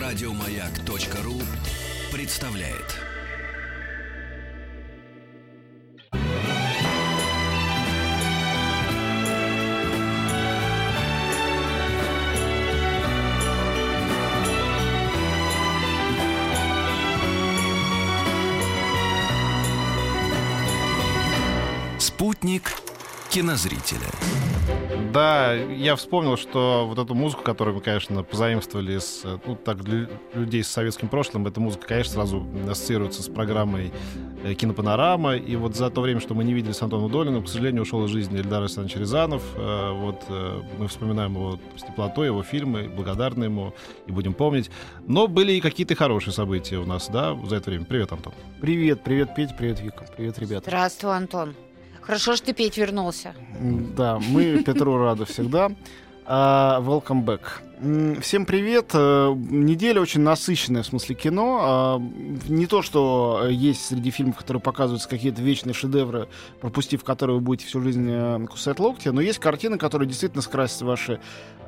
Радиомаяк.ру представляет. Спутник кинозрителя. Да, я вспомнил, что вот эту музыку, которую мы, конечно, позаимствовали для людей с советским прошлым, эта музыка, конечно, сразу ассоциируется с программой «Кинопанорама». И вот за то время, что мы не видели с Антоном Долиным, к сожалению, ушел из жизни Эльдар Александрович Рязанов. Мы вспоминаем его с теплотой, его фильмы, благодарны ему и будем помнить. Но были и какие-то хорошие события у нас, да, за это время. Привет, Антон. Привет, Петь, привет, Вика, привет, ребята. Здравствуй, Антон. Хорошо, что ты, Петь, вернулся. Да, мы Петру рады всегда. Welcome back. Всем привет. Неделя очень насыщенная в смысле кино. Не то, что есть среди фильмов, которые показываются какие-то вечные шедевры, пропустив которые вы будете всю жизнь кусать локти, но есть картины, которые действительно скрасят ваше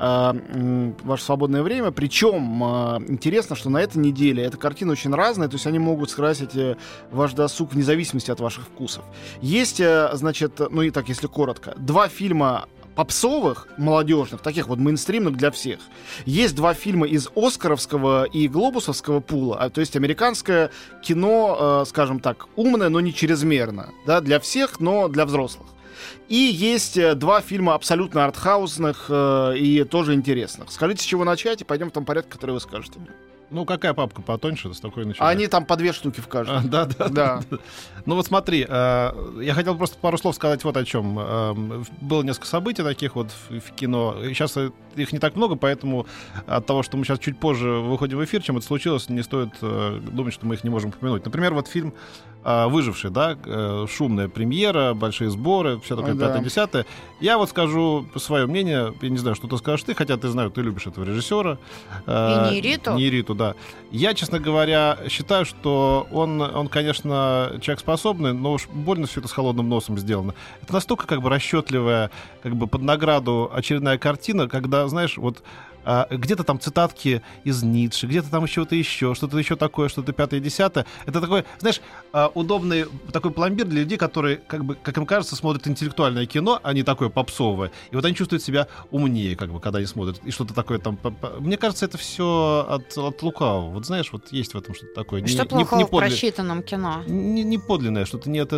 свободное время. Причем интересно, что на этой неделе эта картина очень разная, то есть они могут скрасить ваш досуг вне зависимости от ваших вкусов. Есть, значит, ну и так, если коротко, два фильма попсовых, молодежных, таких вот мейнстримных для всех. Есть два фильма из оскаровского и глобусовского пула, то есть американское кино, скажем так, умное, но не чрезмерно, да, для всех, но для взрослых. И есть два фильма абсолютно артхаусных и тоже интересных. Скажите, с чего начать, и пойдем в том порядке, который вы скажете. Ну, какая папка потоньше, с такой начинаем? Они там по 2 штуки в каждом. Да. Ну вот смотри, я хотел просто пару слов сказать вот о чем. Было несколько событий таких вот в кино. Сейчас их не так много, поэтому от того, что мы сейчас чуть позже выходим в эфир, чем это случилось, не стоит думать, что мы их не можем упомянуть. Например, вот фильм «Выживший», да, шумная премьера, большие сборы, все такое 5-10. Я вот скажу свое мнение, я не знаю, что ты скажешь ты, хотя ты знаю, ты любишь этого режиссера. Иньярриту, да. Я, честно говоря, считаю, что он, конечно, человек способный, но уж больно все это с холодным носом сделано. Это настолько как бы расчетливая, как бы под награду очередная картина, когда, знаешь, вот где-то там цитатки из Ницше, где-то там что-то еще такое, что-то 5-10. Это такой, знаешь, удобный такой пломбир для людей, которые, как бы, как им кажется, смотрят интеллектуальное кино, а не такое попсовое. И вот они чувствуют себя умнее, как бы, когда они смотрят. И что-то такое там... Мне кажется, это все от лукавого. Вот знаешь, вот есть в этом что-то такое. Что плохого в просчитанном кино? Не подлинное, что-то не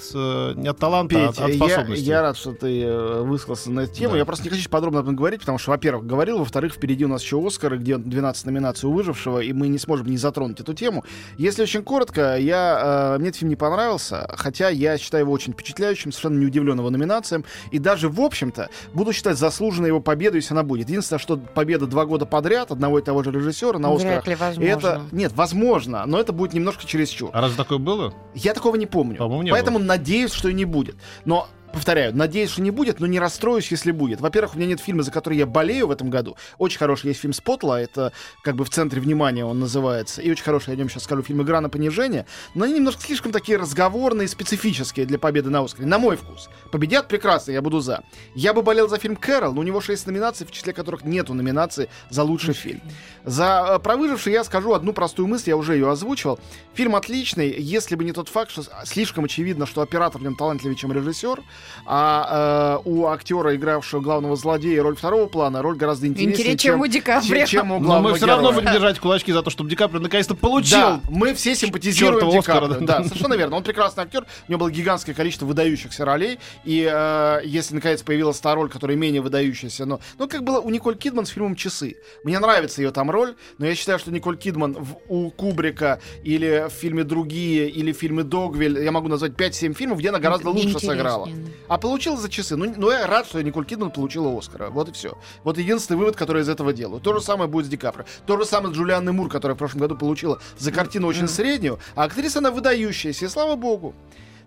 от таланта, Петь, от способности. Я рад, что ты высказался на эту тему. Да. Я просто не хочу подробно об этом говорить, потому что, во-первых, говорил, во-вторых, впереди у нас еще Оскары, где 12 номинаций у «Выжившего», и мы не сможем не затронуть эту тему. Если очень коротко, мне этот фильм не понравился, хотя я считаю его очень впечатляющим, совершенно не удивлен его номинациям, и даже, в общем-то, буду считать заслуженной его победу, если она будет. Единственное, что победа 2 года подряд одного и того же режиссера на «Оскарах». Вряд ли возможно. Нет, возможно, но это будет немножко чересчур. А разве такое было? Я такого не помню. По-моему, не Поэтому было. Надеюсь, что и не будет. Но повторяю, надеюсь, что не будет, но не расстроюсь, если будет. Во-первых, у меня нет фильма, за который я болею в этом году. Очень хороший есть фильм «Spotlight», это как бы в центре внимания он называется. И очень хороший, я о нем сейчас скажу, фильм «Игра на понижение». Но они немножко слишком такие разговорные, специфические для победы на «Оскаре». На мой вкус. Победят — прекрасно, я буду за. Я бы болел за фильм «Кэрол», но у него 6 номинаций, в числе которых нету номинации за лучший фильм. Про «Выживший» я скажу одну простую мысль, я уже ее озвучивал. Фильм отличный, если бы не тот факт, что слишком очевидно, что оператор в нем талантливее, чем режиссер. А у актера, игравшего главного злодея, роль второго плана, роль гораздо интереснее, чем у Ди Каприо. чем у Но главного мы все равно героя. будем держать кулачки за то, чтобы Ди Каприо наконец-то получил. Да, мы все симпатизируем Ди Оскара, Каприо. Да, совершенно верно. Он прекрасный актер, у него было гигантское количество выдающихся ролей, и если наконец появилась та роль, которая менее выдающаяся, но как было у Николь Кидман с фильмом «Часы». Мне нравится ее там роль, но я считаю, что Николь Кидман у Кубрика или в фильме «Другие», или в фильме «Догвиль», я могу назвать 5-7 фильмов, где она гораздо лучше сыграла. А получила за «Часы». Ну, я рад, что Николь Кидман получила Оскара. Вот и все. Вот единственный вывод, который из этого делаю. То же самое будет с Ди Каприо. То же самое с Джулианной Мур, которая в прошлом году получила за картину очень среднюю, а актриса она выдающаяся, и слава богу.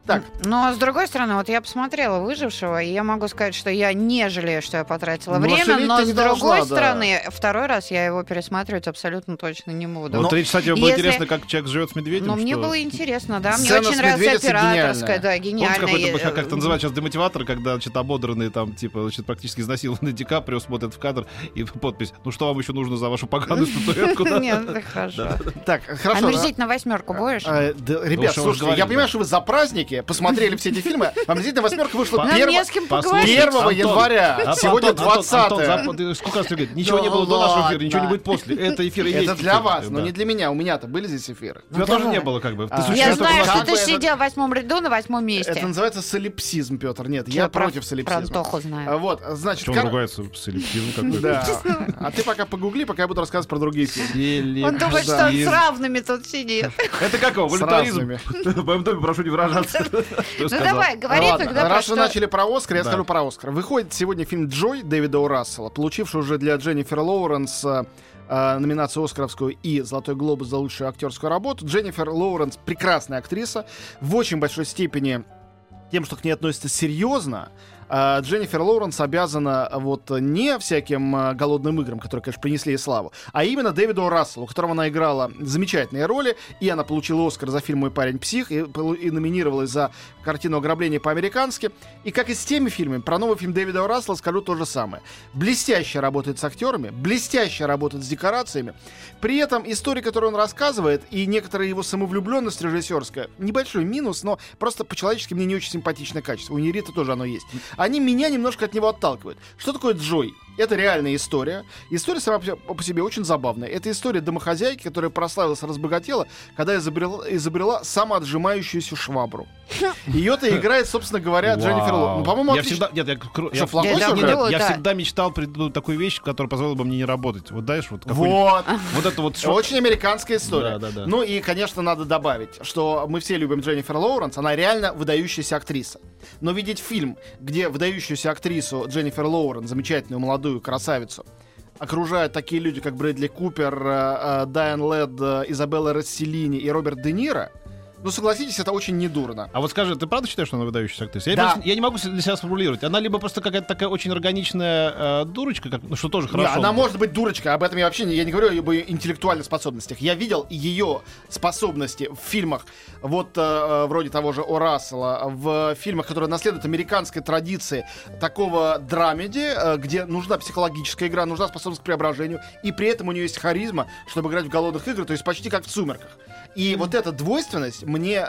Так. Но, с другой стороны, вот я посмотрела «Выжившего», и я могу сказать, что я не жалею, что я потратила Но время, жалеть но, ты с не другой должна, да. стороны, второй раз я его пересматривать абсолютно точно не буду. Вот, кстати, было если- интересно, как человек живет с медведем. Но мне что- было интересно, да. Мне Сцена очень с нравится медведицей операторская, да, Помните, гениальная. какой-то, как это называют сейчас, демотиватор, когда, значит, ободранный, там, типа, значит, практически изнасилованный Ди Каприо смотрит в кадр, и подпись: «Ну что вам еще нужно за вашу поганую статуэтку?» да? Нет, это хорошо. Так, хорошо. Омерзительно восьмерку будешь? Ребят, уже слушайте, говорили, я понимаю, да. что вы за праздники посмотрели все эти фильмы. Омерзительная восьмерка вышла Нам не с кем Послушайте, поговорить. 1 Антон, января. Сегодня Антон, 20-е. ты сколько раз тебе говорит, ничего Ну не было до нашего эфира, ладно. ничего не будет после. Это эфир и есть Это для эфир. вас, но Да. не для меня. У меня-то были здесь эфиры. У тебя тоже давай. не было, как бы. Ты Я случайно Я только знаю, нас- что как ты бы это- сидел в 8 ряду на 8 месте. Это называется солипсизм, Петр. Нет, я Я про- против Про солипсизма. Антоху знаю. Вот, значит, Чего он ругается с эллиптизмом какой-то? Да. А ты пока погугли, пока я буду рассказывать про другие фильмы. Он думает, что он с равными тут сидит. Это как его? С Волюнтаризм? разными. В моем доме прошу не выражаться. Что я Ну сказал? давай, говори Ладно, тогда про раз вы что. начали про Оскар, я Да. скажу про Оскар. Выходит сегодня фильм «Джой» Дэвида О. Рассела, получивший уже для Дженнифер Лоуренс номинацию «Оскаровскую» и «Золотой глобус» за лучшую актерскую работу. Дженнифер Лоуренс прекрасная актриса, в очень большой степени тем, что к ней относятся серьезно. Дженнифер Лоуренс обязана вот не всяким голодным играм, которые, конечно, принесли ей славу, а именно Дэвиду О. Расселу, у которого она играла замечательные роли, и она получила Оскар за фильм «Мой парень псих», и номинировалась за картину «Ограбление по-американски». И как и с теми фильмами, про новый фильм Дэвида О. Рассела скажу то же самое. Блестяще работает с актерами, блестяще работает с декорациями. При этом история, которую он рассказывает, и некоторая его самовлюбленность режиссерская, небольшой минус, но просто по-человечески мне не очень симпатичное качество. У Нерита тоже оно есть. Они меня немножко от него отталкивают. Что такое Джой? Это реальная история. История сама по себе очень забавная. Это история домохозяйки, которая прославилась, разбогатела, когда изобрела самоотжимающуюся швабру. Ее-то играет, собственно говоря, Дженнифер Лоуренс. Ну, по-моему, я отлично. всегда, нет, Что, плохой Я сюжет? давно- я да. всегда мечтал придумать такую вещь, которая позволила бы мне не работать. Вот знаешь, вот Вот. вот это вот что. Очень американская история. Да. Ну и, конечно, надо добавить, что мы все любим Дженнифер Лоуренс, она реально выдающаяся актриса. Но видеть фильм, где выдающуюся актрису Дженнифер Лоуренс, замечательную молодую красавицу, окружают такие люди, как Брэдли Купер, Дайан Лэд, Изабелла Расселини и Роберт Де Ниро, ну, согласитесь, это очень недурно. А вот скажи, ты правда считаешь, что она выдающаяся актриса? Да. Я не могу для себя сформулировать. Она либо просто какая-то такая очень органичная дурочка, ну, что тоже Не, хорошо. она может быть дурочкой, об этом я вообще я не говорю об ее интеллектуальных способностях. Я видел ее способности в фильмах, вот вроде того же О. Рассела, в фильмах, которые наследуют американской традиции такого драмеди, где нужна психологическая игра, нужна способность к преображению, и при этом у нее есть харизма, чтобы играть в голодных играх, то есть почти как в «Сумерках». И вот эта двойственность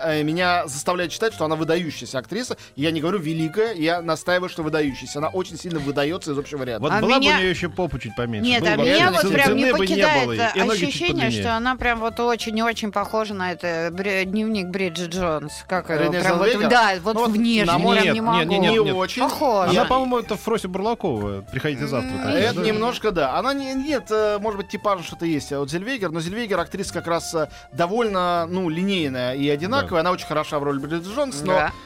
меня заставляет считать, что она выдающаяся актриса. Я не говорю великая, я настаиваю, что выдающаяся. Она очень сильно выдается из общего ряда. Вот А была бы меня- у нее еще попу чуть поменьше. Нет, Было а бы меня вообще вот прям не цены бы покидает было, и ноги чуть ощущение, подлиннее. что она прям вот очень и очень похожа на это дневник Бриджит Джонс. Как ее Рене прям вот, Зелвегер? да, вот Ну, вот внешне на мой- прям Нет, не могу. нет. очень. Похожа. Она, по-моему, это Фрося Бурлакова. Приходите завтра. такая, Это да? немножко, да. Она нет, может быть, типажно что-то есть. А вот Зельвегер, но Зельвегер актриса как раз довольно, линейная и одинаковая. Она очень хороша в роли Бриджит Джонс, но Да.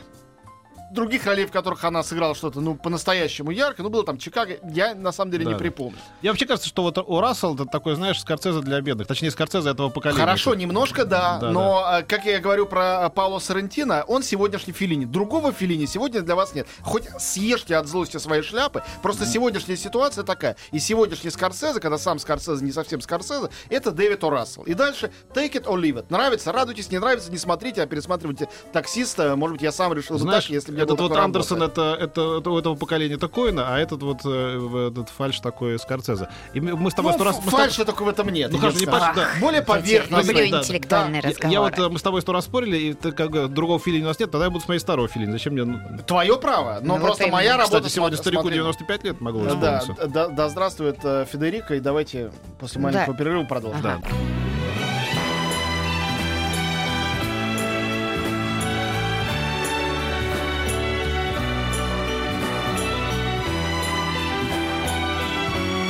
других ролей, в которых она сыграла что-то, по-настоящему ярко, было там Чикаго, я на самом деле не Да. припомню. Я вообще кажется, что вот О. Рассел это такой, знаешь, Скорсезе для бедных. Точнее, Скорсезе этого поколения. Хорошо, немножко, да, Да, но, как я говорю про Паоло Соррентино, он сегодняшний Феллини. Другого Феллини сегодня для вас нет. Хоть съешьте от злости свои шляпы, просто сегодняшняя ситуация такая. И сегодняшний Скорсезе, когда сам Скорсезе не совсем Скорсезе, это Дэвид О. Рассел. И дальше take it or leave it. Нравится, радуйтесь, не нравится, не смотрите, а пересматривайте «Таксиста». Может быть, я сам решил бы Знаешь, так, если бы не этот было вот такой Андерсон, работы. это у этого поколения это Коэна, а этот вот этот фальш такой Скорсезе. И мы с тобой сто раз... Фальши только в этом нет. Ну, идёт хорошо, не сказать. паш- да. Более поверхностно. Люблю да, интеллектуальные Я разговоры. вот мы с тобой 100 раз спорили, и ты, как другого Филини у нас нет, тогда я буду смотреть старого Филини. Зачем мне... Твое право, но Ну, просто вот моя именно. работа... Кстати, сегодня старику смотреть. 95 лет могло Да, исполниться. да здравствует Федерико, и давайте после маленького перерыва продолжим. Да.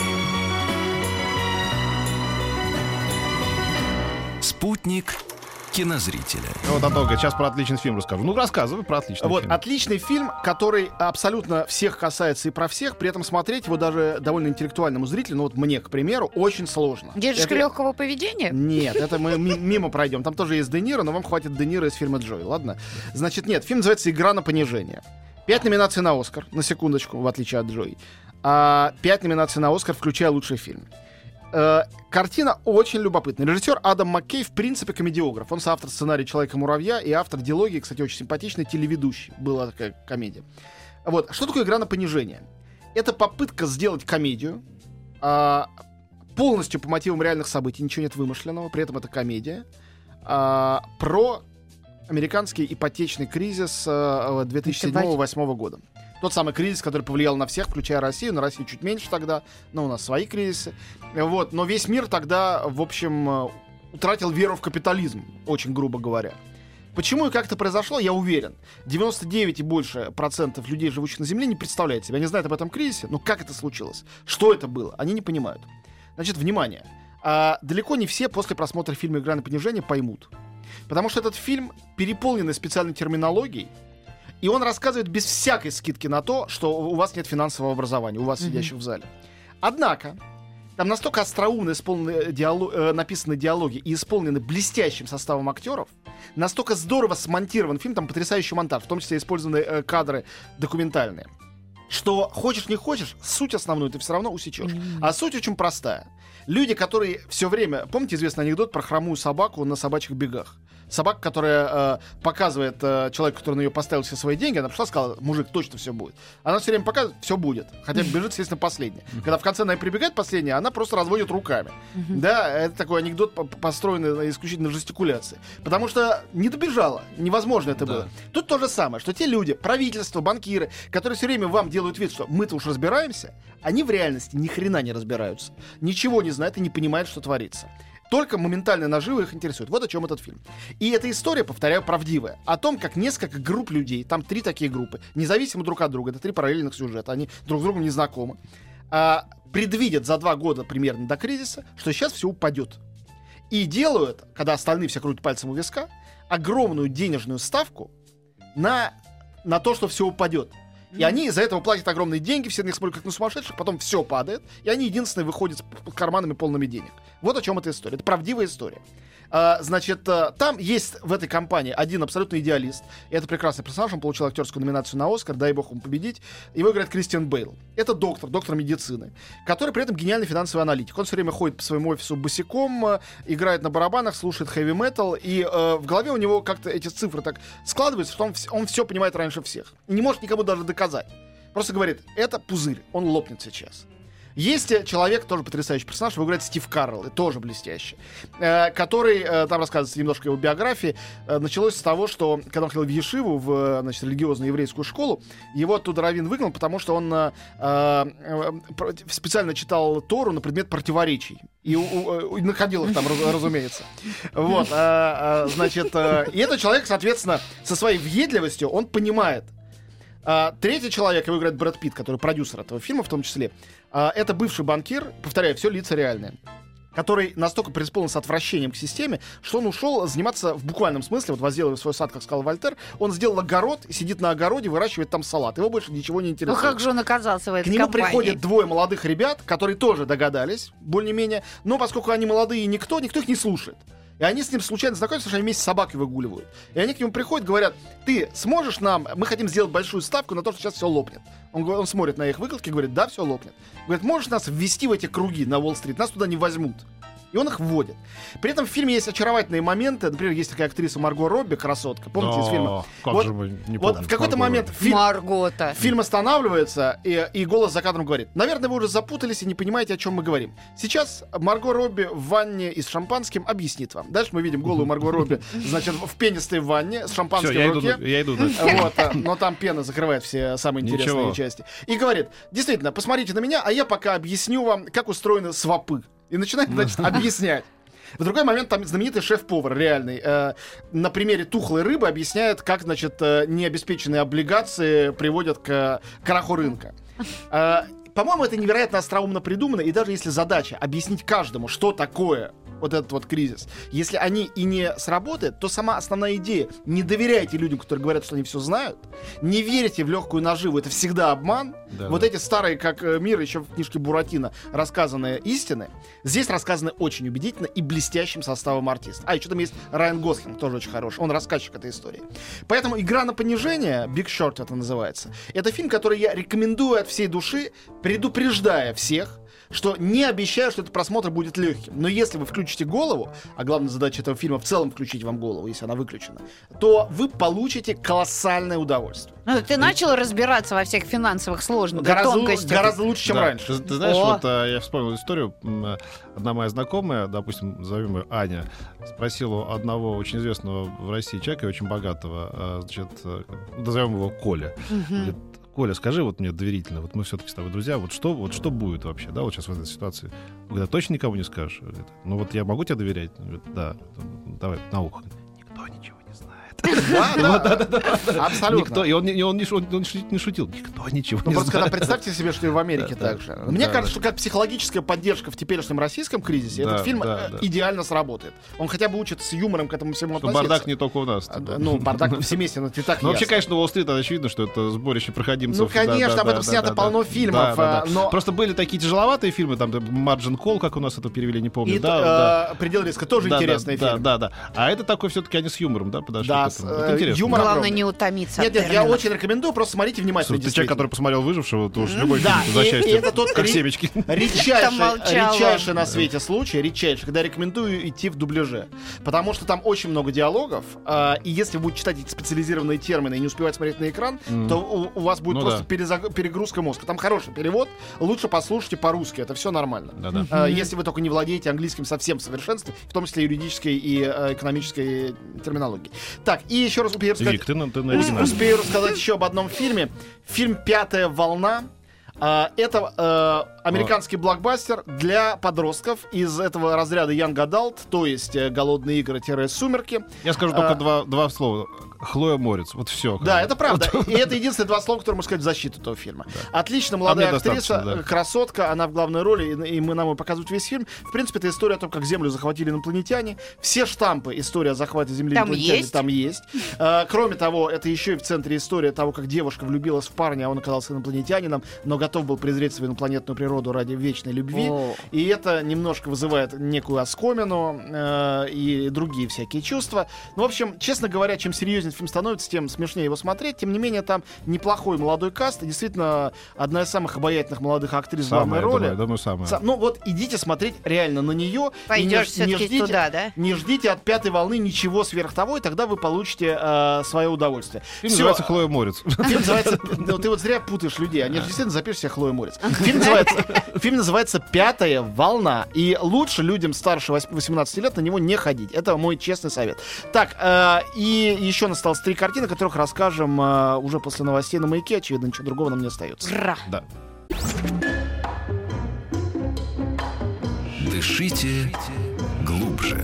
Спутник кинозрителя. Вот, Антон говорит, сейчас про отличный фильм расскажу. Ну, рассказывай про отличный Вот, фильм. отличный фильм, который абсолютно всех касается и про всех, при этом смотреть его даже довольно интеллектуальному зрителю, ну вот мне, к примеру, очень сложно. Дедушка Это- легкого поведения? Нет, это мы мимо пройдем. Там тоже есть Де Ниро, но вам хватит Де Ниро из фильма «Джой», ладно? Значит, нет, фильм называется «Игра на понижение». 5 номинаций на «Оскар», на секундочку, в отличие от «Джой». 5 номинаций на «Оскар», включая лучший фильм. Картина очень любопытная. Режиссер Адам Маккей, в принципе, комедиограф. Он соавтор сценария «Человека-муравья» и автор «Дилогии», кстати, очень симпатичный телеведущий. Была такая комедия. Вот. Что такое «Игра на понижение»? Это попытка сделать комедию полностью по мотивам реальных событий, ничего нет вымышленного, при этом это комедия, про американский ипотечный кризис 2007-2008 года. Тот самый кризис, который повлиял на всех, включая Россию. На Россию чуть меньше тогда, но у нас свои кризисы. Вот. Но весь мир тогда, в общем, утратил веру в капитализм, очень грубо говоря. Почему и как это произошло, я уверен. 99 и больше процентов людей, живущих на Земле, не представляют себя, не знают об этом кризисе, но как это случилось, что это было, они не понимают. Значит, внимание. Далеко не все после просмотра фильма «Игра на понижение» поймут. Потому что этот фильм переполненный специальной терминологией, и он рассказывает без всякой скидки на то, что у вас нет финансового образования, у вас сидящих в зале. Однако, там настолько остроумно написаны диалоги и исполнены блестящим составом актеров, настолько здорово смонтирован фильм, там потрясающий монтаж, в том числе использованы кадры документальные, что хочешь не хочешь, суть основную ты все равно усечешь. А суть очень простая. Люди, которые все время... Помните известный анекдот про хромую собаку на собачьих бегах? Собака, которая показывает человеку, который на нее поставил все свои деньги, она пришла и сказала: мужик, точно все будет. Она все время показывает, все будет. Хотя бежит, естественно, последняя. Когда в конце она и прибегает последняя, она просто разводит руками. Да, это такой анекдот, построенный исключительно на жестикуляции. Потому что не добежала. Невозможно это было. Тут то же самое, что те люди, правительство, банкиры, которые все время вам делают вид, что мы-то уж разбираемся, они в реальности ни хрена не разбираются. Ничего не знают и не понимают, что творится. Только моментальные наживы их интересуют. Вот о чем этот фильм. И эта история, повторяю, правдивая. О том, как несколько групп людей, там 3 такие группы, независимо друг от друга, это 3 параллельных сюжета, они друг с другом не знакомы, предвидят за 2 года примерно до кризиса, что сейчас все упадет. И делают, когда остальные все крутят пальцем у виска, огромную денежную ставку на то, что все упадет. И они из-за этого платят огромные деньги, все на них смотрят как на сумасшедших, потом все падает, и они единственные выходят с карманами полными денег. Вот о чем эта история. Это правдивая история. Значит, там есть в этой компании один абсолютно идеалист. И это прекрасный персонаж, он получил актерскую номинацию на «Оскар», дай бог ему победить. Его играет Кристиан Бейл. Это доктор медицины, который при этом гениальный финансовый аналитик. Он все время ходит по своему офису босиком, играет на барабанах, слушает хэви-метал, и в голове у него как-то эти цифры так складываются, что он все понимает раньше всех. И не может никому даже доказать. Просто говорит: это пузырь, он лопнет сейчас. Есть человек, тоже потрясающий персонаж, его играет Стив Карелл, тоже блестящий, который, там рассказывается немножко его биографии. Началось с того, что когда он ходил в Ешиву, в религиозную еврейскую школу, его оттуда раввин выгнал, потому что он специально читал Тору на предмет противоречий. И находил их там, разумеется. Вот, значит, и этот человек, соответственно, со своей въедливостью, он понимает. Третий человек, его играет Брэд Питт, который продюсер этого фильма в том числе, это бывший банкир, повторяю, все лица реальные, который настолько преисполнился отвращением к системе, что он ушел заниматься в буквальном смысле, вот возделывая свой сад, как сказал Вольтер, он сделал огород и сидит на огороде, выращивает там салат. Его больше ничего не Ну интересует. как же он оказался в этой К нему компании? приходят 2 молодых ребят, которые тоже догадались, более-менее, но поскольку они молодые и никто их не слушает. И они с ним случайно знакомятся, потому что они вместе с собакой выгуливают. И они к нему приходят, говорят: ты сможешь нам, мы хотим сделать большую ставку на то, что сейчас все лопнет. Он смотрит на их выкладки и говорит: да, все лопнет. Говорит: можешь нас ввести в эти круги на Уолл-стрит, нас туда не возьмут. И он их вводит. При этом в фильме есть очаровательные моменты. Например, есть такая актриса Марго Робби, красотка. Помните из фильма? Как же мы не Вот помним в какой-то Марго момент Робби. Маргота. фильм останавливается, и голос за кадром говорит: наверное, вы уже запутались и не понимаете, о чем мы говорим. Сейчас Марго Робби в ванне и с шампанским объяснит вам. Дальше мы видим голую Марго Робби, значит, в пенистой ванне с шампанским Всё, в руке. я иду. Вот, но там пена закрывает все самые интересные Ничего. части. И говорит: действительно, посмотрите на меня, а я пока объясню вам, как устроены свопы. И начинает, значит, объяснять. В другой момент там знаменитый шеф-повар реальный на примере тухлой рыбы объясняет, как, значит, необеспеченные облигации приводят к краху рынка. по-моему, это невероятно остроумно придумано, и даже если задача объяснить каждому, что такое вот этот вот кризис, если они и не сработают, то сама основная идея: не доверяйте людям, которые говорят, что они все знают, не верьте в легкую наживу, это всегда обман. Да, вот да. эти старые, как мир, еще в книжке Буратино рассказанные истины, здесь рассказаны очень убедительно и блестящим составом артистов. А еще там есть Райан Гослинг, тоже очень хороший, он рассказчик этой истории. Поэтому «Игра на понижение», Big Short это называется, это фильм, который я рекомендую от всей души, предупреждая всех, что не обещаю, что этот просмотр будет легким. Но если вы включите голову, а главная задача этого фильма в целом включить вам голову, если она выключена, то вы получите колоссальное удовольствие. Ну, ты начал разбираться во всех финансовых сложностях, тонкостях. Гораздо лучше, чем Да. раньше. Ты знаешь, О. вот я вспомнил историю. Одна моя знакомая, допустим, назовем ее Аня, спросила у одного очень известного в России человека, и очень богатого, значит, назовем его Коля. Говорит: Коля, скажи вот мне доверительно, вот мы все-таки с тобой друзья, вот что будет вообще, да, вот сейчас в этой ситуации? Он говорит: точно никому не скажешь? Говорит: ну вот я могу тебе доверять? Он говорит: да. Давай, на ухо. Никто ничего не знает. Да, абсолютно. Никто, и он не шутил. Никто ничего Ну, не просто когда знает. представьте себе, что и в Америке Да, так же. да. Мне Да, кажется, да. что как психологическая поддержка в теперешнем российском кризисе, Да, этот фильм да, да. идеально сработает. Он хотя бы учит с юмором к этому всему Что относиться. бардак не только у нас. Ну, бардак всеместен, это и так Ну, вообще, ясно. конечно, Уолл-стрит, очевидно, что это сборище проходимцев. Ну, конечно, Да, об этом да, снято да, полно да. фильмов, Да. но... Просто были такие тяжеловатые фильмы, там Margin Call, как у нас это перевели, не помню. И да. «Предел риска» тоже Да, интересный да, фильм. Да. А это такой все-таки они с юмором, да, подошли Да, к этому. с, Это интересно. юмор Главное огромный. не утомиться от Нет, я терминов. очень рекомендую, просто смотрите внимательно. Слушай, ты человек, который посмотрел «Выжившего», то уж любой Да, фильм за и счастье, это тот как ри- семечки. Там Редчайший молчала. на свете случай, когда рекомендую идти в дубляже. Потому что там очень много диалогов, и если вы будете читать эти специализированные термины и не успевать смотреть на экран, то у вас будет Ну просто да. перегрузка мозга. Там хороший перевод, лучше послушайте по-русски, это все нормально. Да-да. Если вы только не владеете английским совсем в совершенстве, в том числе юридической и экономической терминологии. Так, и еще раз успею рассказать, Вик, ты на оригинале. успею рассказать еще об одном фильме. Фильм «Пятая волна». Это американский блокбастер для подростков из этого разряда Young Adult, то есть «Голодные игры-Сумерки». Я скажу только два слова. Хлоя Морец. Вот все. Да, это правда. И это единственные два слова, которые можно сказать в защиту этого фильма. Отлично, молодая мне актриса, достаточно, да. красотка, она в главной роли, и нам ее показывают весь фильм. В принципе, это история о том, как Землю захватили инопланетяне. Все штампы истории о захвате Земли Там инопланетяне есть? там есть. Кроме того, это еще и в центре история того, как девушка влюбилась в парня, а он оказался инопланетянином, но готов был презреть свою инопланетную природу ради вечной любви. О. И это немножко вызывает некую оскомину и другие всякие чувства. Ну, в общем, честно говоря, чем серьезнее фильм становится, тем смешнее его смотреть. Тем не менее, там неплохой молодой каст. И действительно, одна из самых обаятельных молодых актрис в главной роли. Думаю, самое. Ну вот, идите смотреть реально на нее. Пойдешь все-таки туда, да? Не ждите от «Пятой волны» ничего сверх того, и тогда вы получите свое удовольствие. Фильм Всё. называется «Хлоя Морец». Фильм называется... Ну, ты вот зря путаешь людей. Они же действительно запишешь себе Хлою Морец. Фильм называется «Пятая волна». И лучше людям старше 18 лет на него не ходить. Это мой честный совет. Так, и еще осталось 3 картины, о которых расскажем уже после новостей на «Маяке». Очевидно, ничего другого нам не остается. Гра. Да. Дышите глубже.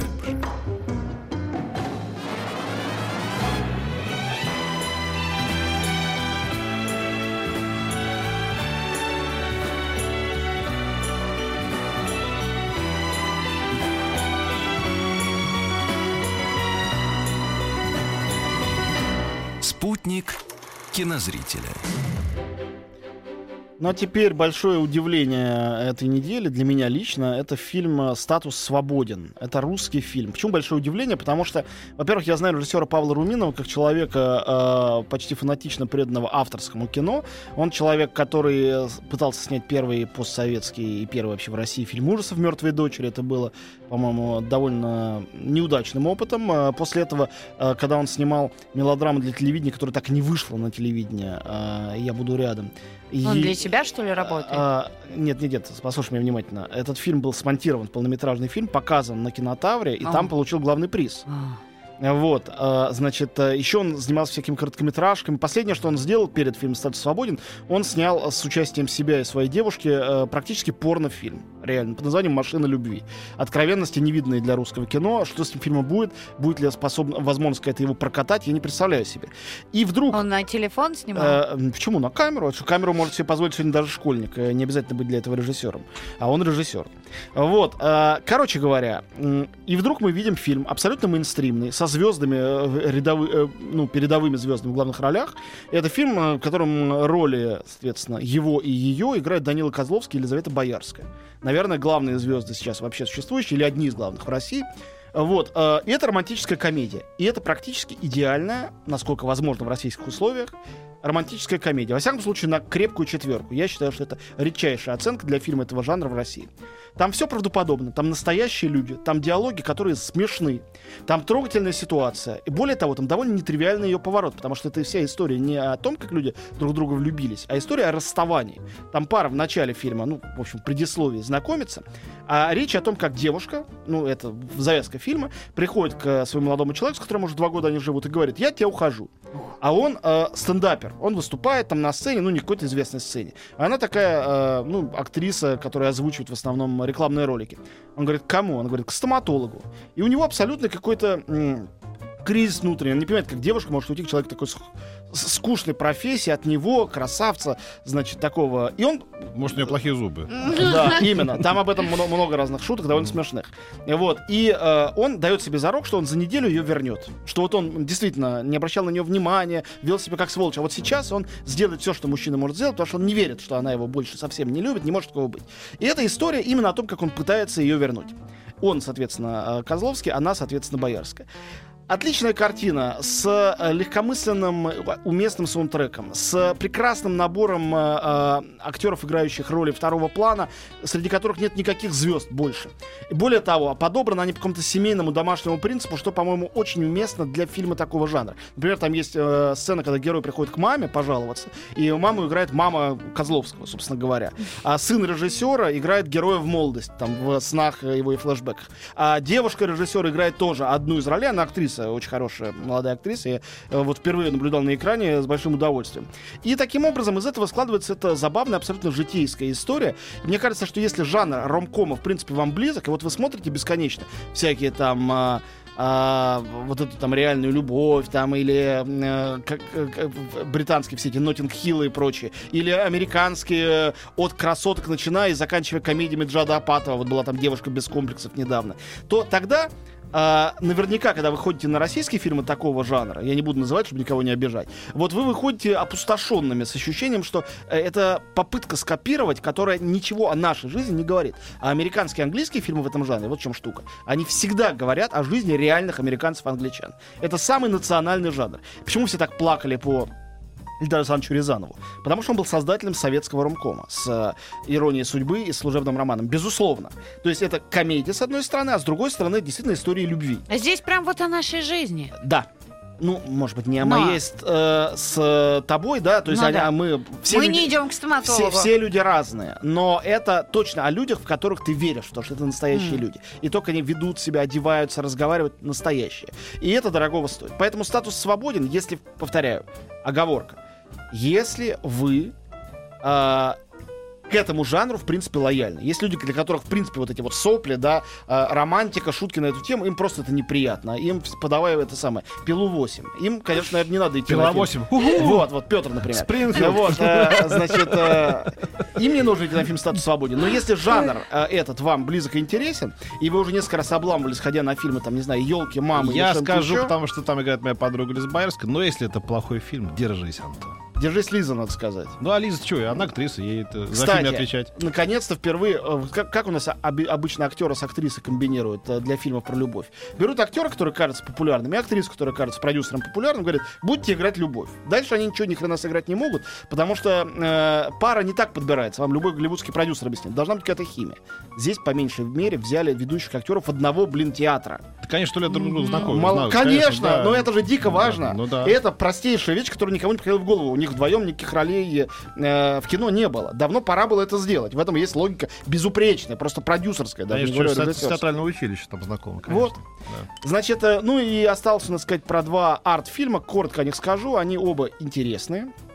Спутник кинозрителя. Ну а теперь большое удивление этой недели для меня лично. Это фильм «Статус свободен». Это русский фильм. Почему большое удивление? Потому что, во-первых, я знаю режиссера Павла Руминова как человека почти фанатично преданного авторскому кино. Он человек, который пытался снять первый постсоветский и первый вообще в России фильм ужасов «Мертвые дочери». Это было, по-моему, довольно неудачным опытом. После этого, когда он снимал мелодраму для телевидения, которая так и не вышла на телевидение, «Я буду рядом». Он для себя, что ли, работает? Нет, послушай меня внимательно. Этот фильм был смонтирован, полнометражный фильм, показан на Кинотавре, и там получил главный приз. Вот, значит, еще он занимался всякими короткометражками. Последнее, что он сделал перед фильмом «Статус свободен», он снял с участием себя и своей девушки практически порнофильм. реально, под названием «Машина любви». Откровенности невиданные для русского кино. Что с этим фильмом будет ли возможность какая-то его прокатать, я не представляю себе. И вдруг... Он на телефон снимал? Почему? На камеру. Камеру может себе позволить сегодня даже школьник. Не обязательно быть для этого режиссером. А он режиссер. Вот. Короче говоря, и вдруг мы видим фильм абсолютно мейнстримный, со звездами, передовыми звездами в главных ролях. Это фильм, в котором роли, соответственно, его и ее играют Данила Козловский и Елизавета Боярская. Наверное, главные звезды сейчас вообще существующие, или одни из главных в России. Вот. И это романтическая комедия. И это практически идеальная, насколько возможно в российских условиях, романтическая комедия. Во всяком случае, на крепкую 4. Я считаю, что это редчайшая оценка для фильма этого жанра в России. Там все правдоподобно, там настоящие люди, там диалоги, которые смешны, там трогательная ситуация. И более того, там довольно нетривиальный ее поворот, потому что это вся история не о том, как люди друг в друга влюбились, а история о расставании. Там пара в начале фильма, в общем, в предисловии знакомится, а речь о том, как девушка, это завязка фильма, приходит к своему молодому человеку, с которым уже 2 года они живут, и говорит: я от тебя ухожу. А он стендапер, он выступает там на сцене, не какой-то известной сцене. Она такая, актриса, которая озвучивает в основном рекламные ролики. Он говорит: к кому? Он говорит: к стоматологу. И у него абсолютно какой-то кризис внутренний. Он не понимает, как девушка может уйти к человеку такой скучной профессии от него, красавца, значит, такого. И он... Может, у него плохие зубы. Да, именно. Там об этом много разных шуток, довольно смешных. Вот. И он дает себе зарок, что он за неделю ее вернет. Что вот он действительно не обращал на нее внимания, вел себя как сволочь. А вот сейчас он сделает все, что мужчина может сделать, потому что он не верит, что она его больше совсем не любит, не может такого быть. И эта история именно о том, как он пытается ее вернуть. Он, соответственно, Козловский, она, соответственно, Боярская. Отличная картина с легкомысленным, уместным саундтреком, с прекрасным набором актеров, играющих роли второго плана, среди которых нет никаких звезд больше. И более того, подобраны они по какому-то семейному домашнему принципу, что, по-моему, очень уместно для фильма такого жанра. Например, там есть сцена, когда герой приходит к маме пожаловаться, и маму играет мама Козловского, собственно говоря. А сын режиссера играет героя в молодости, там, в снах его и флешбеках. А девушка режиссера играет тоже одну из ролей, она актриса, очень хорошая молодая актриса. Я вот впервые наблюдал на экране с большим удовольствием. И таким образом из этого складывается эта забавная, абсолютно житейская история. И мне кажется, что если жанр ромкома, в принципе, вам близок, и вот вы смотрите бесконечно всякие там... вот эту там реальную любовь, там, или британские все эти Ноттинг Хиллы и прочие, или американские от красоток начиная и заканчивая комедиями Джада Апатова, вот была там девушка без комплексов недавно, то тогда наверняка, когда вы ходите на российские фильмы такого жанра, я не буду называть, чтобы никого не обижать, вот вы выходите опустошенными, с ощущением, что это попытка скопировать, которая ничего о нашей жизни не говорит. А американские и английские фильмы в этом жанре, вот в чем штука, они всегда говорят о жизни реальных американцев и англичан. Это самый национальный жанр. Почему все так плакали по Эльдару Александровичу Рязанову? Потому что он был создателем советского ромкома с «Иронией судьбы» и «Служебным романом». Безусловно. То есть это комедия, с одной стороны, а с другой стороны, действительно, история любви. А здесь прям вот о нашей жизни. Да. Может быть, не о моей с тобой, да? То есть мы не идем к стоматологу. Все люди разные. Но это точно о людях, в которых ты веришь, что это настоящие люди. И только они ведут себя, одеваются, разговаривают настоящие. И это дорогого стоит. Поэтому статус свободен, если, повторяю, оговорка, если вы к этому жанру, в принципе, лояльны. Есть люди, для которых, в принципе, вот эти вот сопли, да, романтика, шутки на эту тему, им просто это неприятно. Им, подавая это самое, «Пилу 8». Им, конечно, наверное, не надо идти «Пила на фильм. 8». Вот, Петр, например. Спрингфилд. Вот, значит, им не нужно идти на фильм «Статус свободен». Но если жанр этот вам близок и интересен, и вы уже несколько раз обламывались, ходя на фильмы, там, не знаю, «Елки», «Мамы», я скажу, потому что там играет моя подруга Лиза Боярская, но если это плохой фильм, держись, Антон. Держись, Лиза, надо сказать. А Лиза, что, она актриса, ей это за фильм отвечать. Наконец-то впервые, как у нас обычно актеры с актрисой комбинируют для фильмов про любовь. Берут актера, который кажется популярным, и актрису, которая кажется продюсером популярным, говорят: будете играть любовь. Дальше они ничего ни хрена сыграть не могут, потому что пара не так подбирается. Вам любой голливудский продюсер объяснит. Должна быть какая-то химия. Здесь, по меньшей мере, взяли ведущих актеров одного, театра. Да, конечно, что ли, друг другу знакомы. Конечно, да. Но это же дико важно. Да. Это простейшая вещь, которая никому не приходила в голову. У них вдвоем никаких ролей в кино не было. Давно пора было это сделать. В этом есть логика безупречная, просто продюсерская. Даже конечно, не говорю, с театрального училища там знакомы. Вот. Да. Значит, и осталось, надо сказать, про 2 арт-фильма. Коротко о них скажу. Они оба интересные.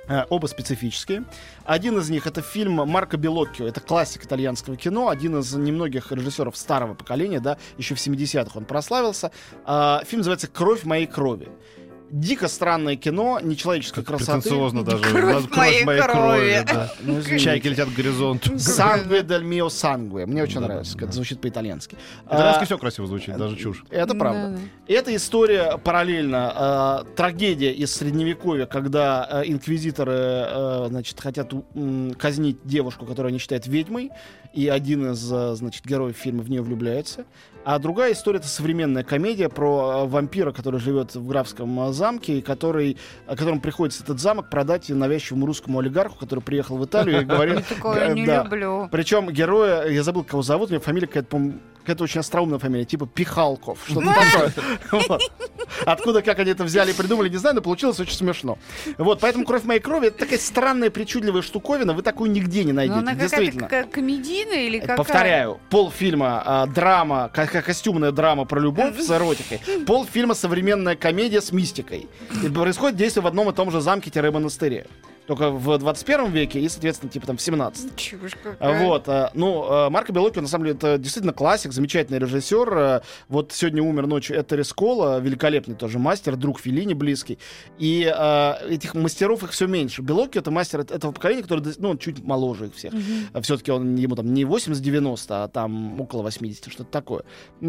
Оба специфические. Один из них — это фильм Марко Беллоккио. Это классик итальянского кино. Один из немногих режиссеров старого поколения, да, еще в 70-х он прославился. Фильм называется «Кровь моей крови». Дико странное кино, нечеловеческой красоты. Претенциозно даже. Кровь моей крови. Да. Ну, извините. Чайки летят к горизонту. «Санgue del mio sangue». Мне очень Да, нравится, да, как это звучит по-итальянски. Итальянски все красиво звучит, даже чушь. Это правда. Да. Это история параллельно. Трагедия из Средневековья, когда инквизиторы, значит, хотят казнить девушку, которую они считают ведьмой, и один из, значит, героев фильма в нее влюбляется. А другая история — это современная комедия про вампира, который живет в графском замке, и которому приходится этот замок продать навязчивому русскому олигарху, который приехал в Италию и говорит... Такое не люблю. Причем героя, я забыл, кого зовут, у него фамилия какая-то, по-моему, какая-то очень остроумная фамилия, типа Пихалков, что-то такое. Вот. Откуда, как они это взяли и придумали, не знаю, но получилось очень смешно. Вот, поэтому «Кровь моей крови» — это такая странная, причудливая штуковина, вы такую нигде не Но найдете, она действительно. какая-то комедийная или какая? Повторяю, полфильма драма, костюмная драма про любовь с эротикой, полфильма современная комедия с мистикой. И происходит действие в одном и том же замке-монастыре. Только в 21 веке и, соответственно, типа там в 17. Чушь какая. Вот, Марко Беллоккио, на самом деле, это действительно классик, замечательный режиссер. Вот сегодня умер ночью Этторе Скола, великолепный тоже мастер, друг Феллини близкий. И этих мастеров их все меньше. Беллоккио — это мастер этого поколения, который, ну, он чуть моложе их всех. Все-таки ему там не 80-90, а там около 80, что-то такое.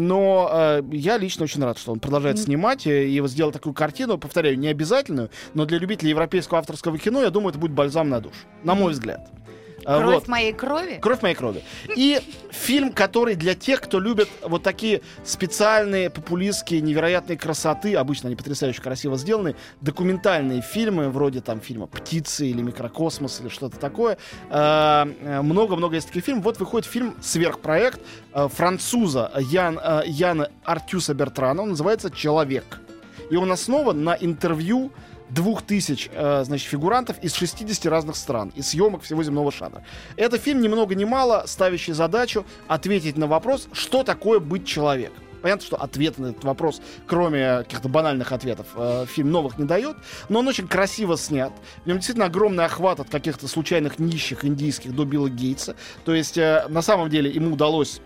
Но я лично очень рад, что он продолжает снимать и вот сделал такую картину, повторяю, не обязательную, но для любителей европейского авторского кино, я думаю, это будет бальзам на душу, на мой взгляд. «Кровь моей крови»? «Кровь моей крови». И фильм, который для тех, кто любит вот такие специальные, популистские, невероятные красоты, обычно они потрясающе красиво сделаны, документальные фильмы, вроде там фильма «Птицы» или «Микрокосмос» или что-то такое. Много-много есть таких фильмов. Вот выходит фильм «Сверхпроект» француза Яна Артюса Бертрана. Он называется «Человек». И он основан на интервью 2000, значит, фигурантов из 60 разных стран, из съемок всего земного шара. Это фильм ни много ни мало, ставящий задачу ответить на вопрос, что такое быть человеком. Понятно, что ответ на этот вопрос, кроме каких-то банальных ответов, фильм новых не дает, но он очень красиво снят. В нем действительно огромный охват от каких-то случайных нищих индийских до Билла Гейтса. То есть, на самом деле, ему удалось...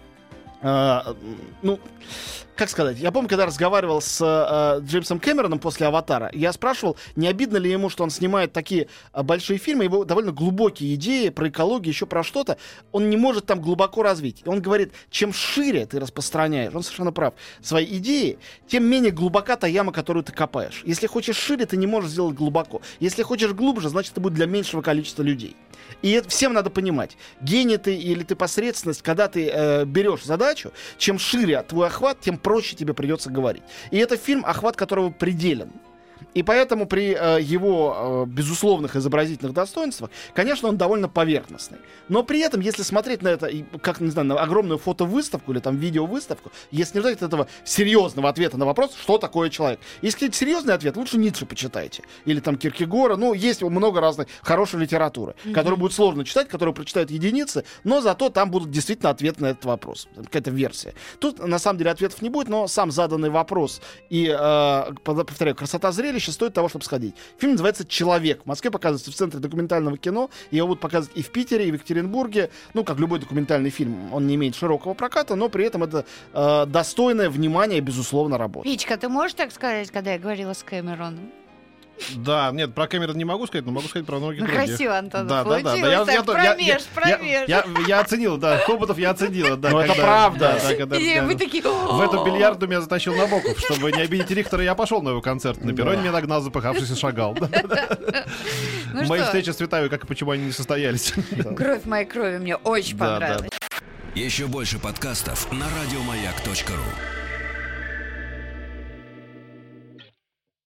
как сказать, я помню, когда разговаривал с Джеймсом Кэмероном после «Аватара», я спрашивал, не обидно ли ему, что он снимает такие большие фильмы, его довольно глубокие идеи про экологию, еще про что-то, он не может там глубоко развить. И он говорит, чем шире ты распространяешь, он совершенно прав, свои идеи, тем менее глубока та яма, которую ты копаешь. Если хочешь шире, ты не можешь сделать глубоко. Если хочешь глубже, значит, это будет для меньшего количества людей. И это всем надо понимать. Гений ты или ты посредственность, когда ты берешь задачу, чем шире твой охват, тем проще тебе придется говорить. И это фильм, охват которого пределен. И поэтому при его безусловных изобразительных достоинствах, конечно, он довольно поверхностный. Но при этом, если смотреть на это, как, не знаю, на огромную фотовыставку или там видеовыставку, если не ждать от этого серьезного ответа на вопрос, что такое человек. Если хотите серьезный ответ, лучше Ницше почитайте. Или там Киркегора. Ну, есть много разной хорошей литературы, которую будет сложно читать, которую прочитают единицы, но зато там будут действительно ответы на этот вопрос. Какая-то версия. Тут, на самом деле, ответов не будет, но сам заданный вопрос и, повторяю, красота зрелища стоит того, чтобы сходить. Фильм называется «Человек». В Москве показывается в Центре документального кино. Его будут показывать и в Питере, и в Екатеринбурге. Ну, как любой документальный фильм, он не имеет широкого проката, но при этом это достойное внимание, безусловно, работа. Вичка, ты можешь так сказать, когда я говорила с Кэмероном? Да, нет, про Кэмерона не могу сказать, но могу сказать про многих других. Красиво, Антон, да. получилось. Промеж. Я оценил, да, Хоботов я оценил. Да, ну, это правда. И вы такие... В эту бильярду меня затащил Набоков. Чтобы не обидеть Рихтера, я пошел на его концерт. На перроне меня нагнал, запыхавшись, и шагал. Мои встречи с Цветаевой, как и почему они не состоялись. «Кровь моей крови» мне очень понравилась. Еще больше подкастов на радиомаяк.ру.